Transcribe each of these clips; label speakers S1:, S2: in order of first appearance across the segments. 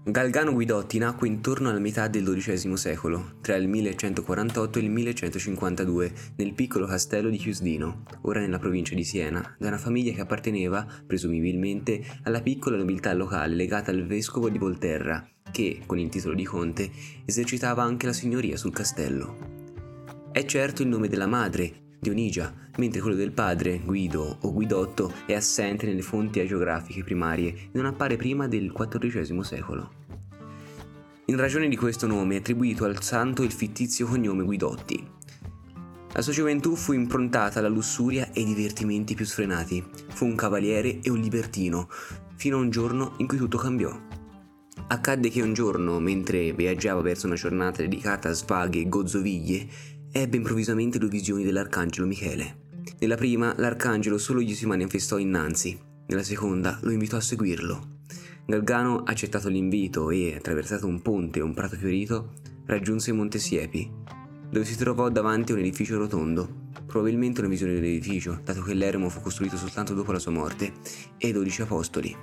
S1: Galgano Guidotti nacque intorno alla metà del XII secolo, tra il 1148 e il 1152, nel piccolo castello di Chiusdino, ora nella provincia di Siena, da una famiglia che apparteneva, presumibilmente, alla piccola nobiltà locale legata al vescovo di Volterra, che, con il titolo di conte, esercitava anche la signoria sul castello. È certo il nome della madre, Dionigia, mentre quello del padre, Guido o Guidotto, è assente nelle fonti agiografiche primarie e non appare prima del XIV secolo. In ragione di questo nome è attribuito al santo il fittizio cognome Guidotti. La sua gioventù fu improntata alla lussuria e ai divertimenti più sfrenati. Fu un cavaliere e un libertino, fino a un giorno in cui tutto cambiò. Accadde che un giorno, mentre viaggiava verso una giornata dedicata a svaghe e gozzoviglie, ebbe improvvisamente due visioni dell'arcangelo Michele. Nella prima, l'arcangelo solo gli si manifestò innanzi, nella seconda lo invitò a seguirlo. Galgano, accettato l'invito e, attraversato un ponte e un prato fiorito, raggiunse Monte Siepi, dove si trovò davanti a un edificio rotondo, probabilmente una visione dell'edificio, dato che l'eremo fu costruito soltanto dopo la sua morte, e i 12 apostoli.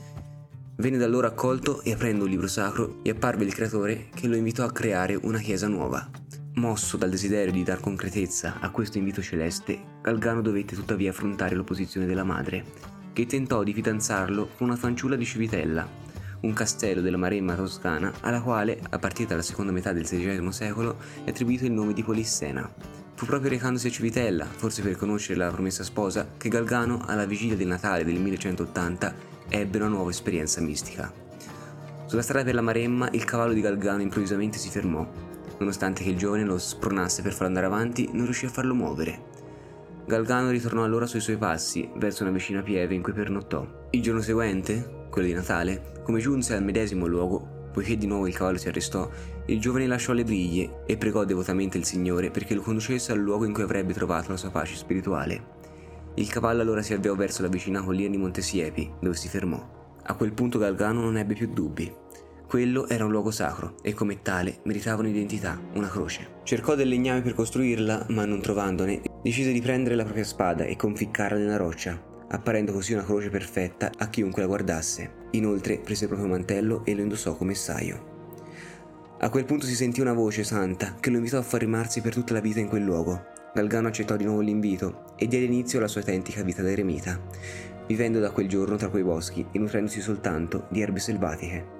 S1: Venne da loro accolto e, aprendo un libro sacro, gli apparve il creatore che lo invitò a creare una chiesa nuova. Mosso dal desiderio di dar concretezza a questo invito celeste, Galgano dovette tuttavia affrontare l'opposizione della madre, che tentò di fidanzarlo con una fanciulla di Civitella, un castello della Maremma toscana alla quale, a partire dalla seconda metà del XVI secolo, è attribuito il nome di Polissena. Fu proprio recandosi a Civitella, forse per conoscere la promessa sposa, che Galgano, alla vigilia del Natale del 1180, ebbe una nuova esperienza mistica. Sulla strada per la Maremma, il cavallo di Galgano improvvisamente si fermò. Nonostante che il giovane lo spronasse per farlo andare avanti, non riuscì a farlo muovere. Galgano ritornò allora sui suoi passi, verso una vicina pieve in cui pernottò. Il giorno seguente, quello di Natale, come giunse al medesimo luogo, poiché di nuovo il cavallo si arrestò, il giovane lasciò le briglie e pregò devotamente il Signore perché lo conducesse al luogo in cui avrebbe trovato la sua pace spirituale. Il cavallo allora si avviò verso la vicina collina di Monte Siepi, dove si fermò. A quel punto Galgano non ebbe più dubbi. Quello era un luogo sacro e come tale meritava un'identità, una croce. Cercò del legname per costruirla, ma non trovandone, decise di prendere la propria spada e conficcarla nella roccia, apparendo così una croce perfetta a chiunque la guardasse. Inoltre prese il proprio mantello e lo indossò come saio. A quel punto si sentì una voce santa che lo invitò a fermarsi per tutta la vita in quel luogo. Galgano accettò di nuovo l'invito e diede inizio alla sua autentica vita da eremita, vivendo da quel giorno tra quei boschi e nutrendosi soltanto di erbe selvatiche.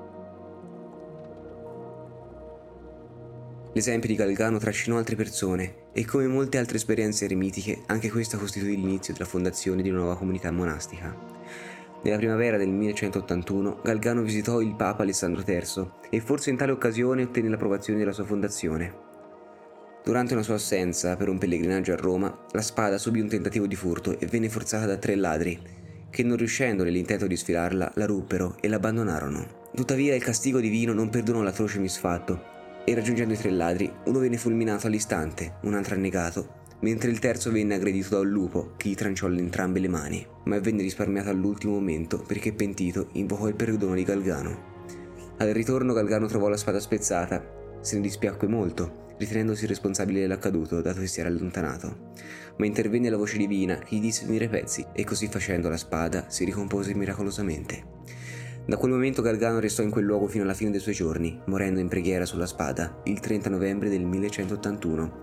S1: L'esempio di Galgano trascinò altre persone e, come molte altre esperienze eremitiche, anche questa costituì l'inizio della fondazione di una nuova comunità monastica. Nella primavera del 1181 Galgano visitò il Papa Alessandro III e forse in tale occasione ottenne l'approvazione della sua fondazione. Durante una sua assenza per un pellegrinaggio a Roma, la spada subì un tentativo di furto e venne forzata da 3 ladri, che non riuscendo nell'intento di sfilarla, la ruppero e l'abbandonarono. Tuttavia il castigo divino non perdonò l'atroce misfatto e raggiungendo i 3 ladri, uno venne fulminato all'istante, un altro annegato, mentre il terzo venne aggredito da un lupo che gli tranciò entrambe le mani, ma venne risparmiato all'ultimo momento perché pentito invocò il perdono di Galgano. Al ritorno Galgano trovò la spada spezzata, se ne dispiacque molto, ritenendosi responsabile dell'accaduto dato che si era allontanato, ma intervenne la voce divina che gli disse di unire i pezzi e così facendo la spada si ricompose miracolosamente. Da quel momento Galgano restò in quel luogo fino alla fine dei suoi giorni, morendo in preghiera sulla spada il 30 novembre del 1181.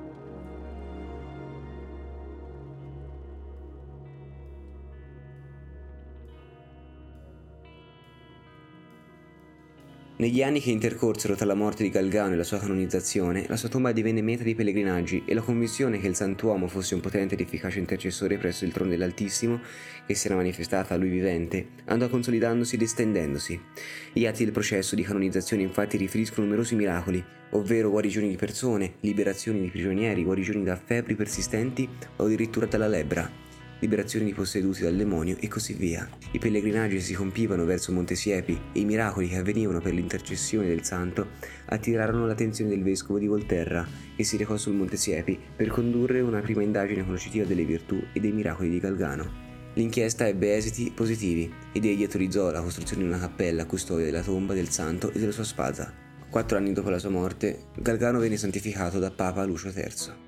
S1: Negli anni che intercorsero tra la morte di Galgano e la sua canonizzazione, la sua tomba divenne meta di pellegrinaggi e la convinzione che il santuomo fosse un potente ed efficace intercessore presso il trono dell'Altissimo, che si era manifestata a lui vivente, andò consolidandosi ed estendendosi. Gli atti del processo di canonizzazione infatti riferiscono numerosi miracoli, ovvero guarigioni di persone, liberazioni di prigionieri, guarigioni da febbri persistenti o addirittura dalla lebbra, liberazioni di posseduti dal demonio e così via. I pellegrinaggi si compivano verso Monte Siepi e i miracoli che avvenivano per l'intercessione del santo attirarono l'attenzione del vescovo di Volterra, che si recò sul Monte Siepi per condurre una prima indagine conoscitiva delle virtù e dei miracoli di Galgano. L'inchiesta ebbe esiti positivi ed egli autorizzò la costruzione di una cappella a custodia della tomba del santo e della sua spada. 4 anni dopo la sua morte, Galgano venne santificato da Papa Lucio III.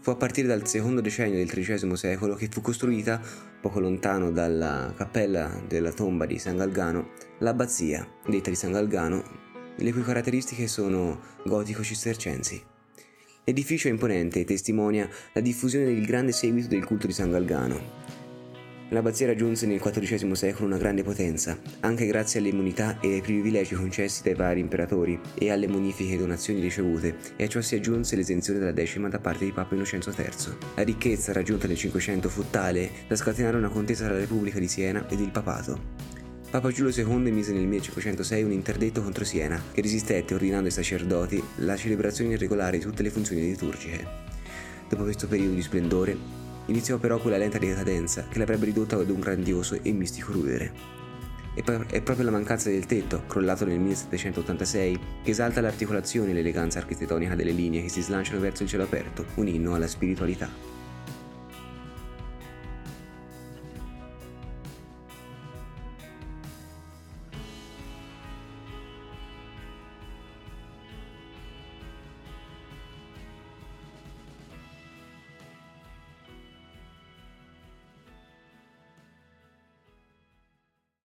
S1: Fu a partire dal secondo decennio del XIII secolo che fu costruita, poco lontano dalla cappella della tomba di San Galgano, l'abbazia, detta di San Galgano, le cui caratteristiche sono gotico-cistercensi. L'edificio è imponente e testimonia la diffusione del grande seguito del culto di San Galgano. L'abbazia raggiunse nel XIV secolo una grande potenza, anche grazie alle immunità e ai privilegi concessi dai vari imperatori e alle munifiche donazioni ricevute, e a ciò si aggiunse l'esenzione della decima da parte di Papa Innocenzo III. La ricchezza raggiunta nel Cinquecento fu tale da scatenare una contesa tra la Repubblica di Siena ed il Papato. Papa Giulio II emise nel 1506 un interdetto contro Siena, che resistette ordinando ai sacerdoti la celebrazione irregolare di tutte le funzioni liturgiche. Dopo questo periodo di splendore, iniziò però quella lenta decadenza che l'avrebbe ridotta ad un grandioso e mistico rudere. È proprio la mancanza del tetto, crollato nel 1786, che esalta l'articolazione e l'eleganza architettonica delle linee che si slanciano verso il cielo aperto, un inno alla spiritualità.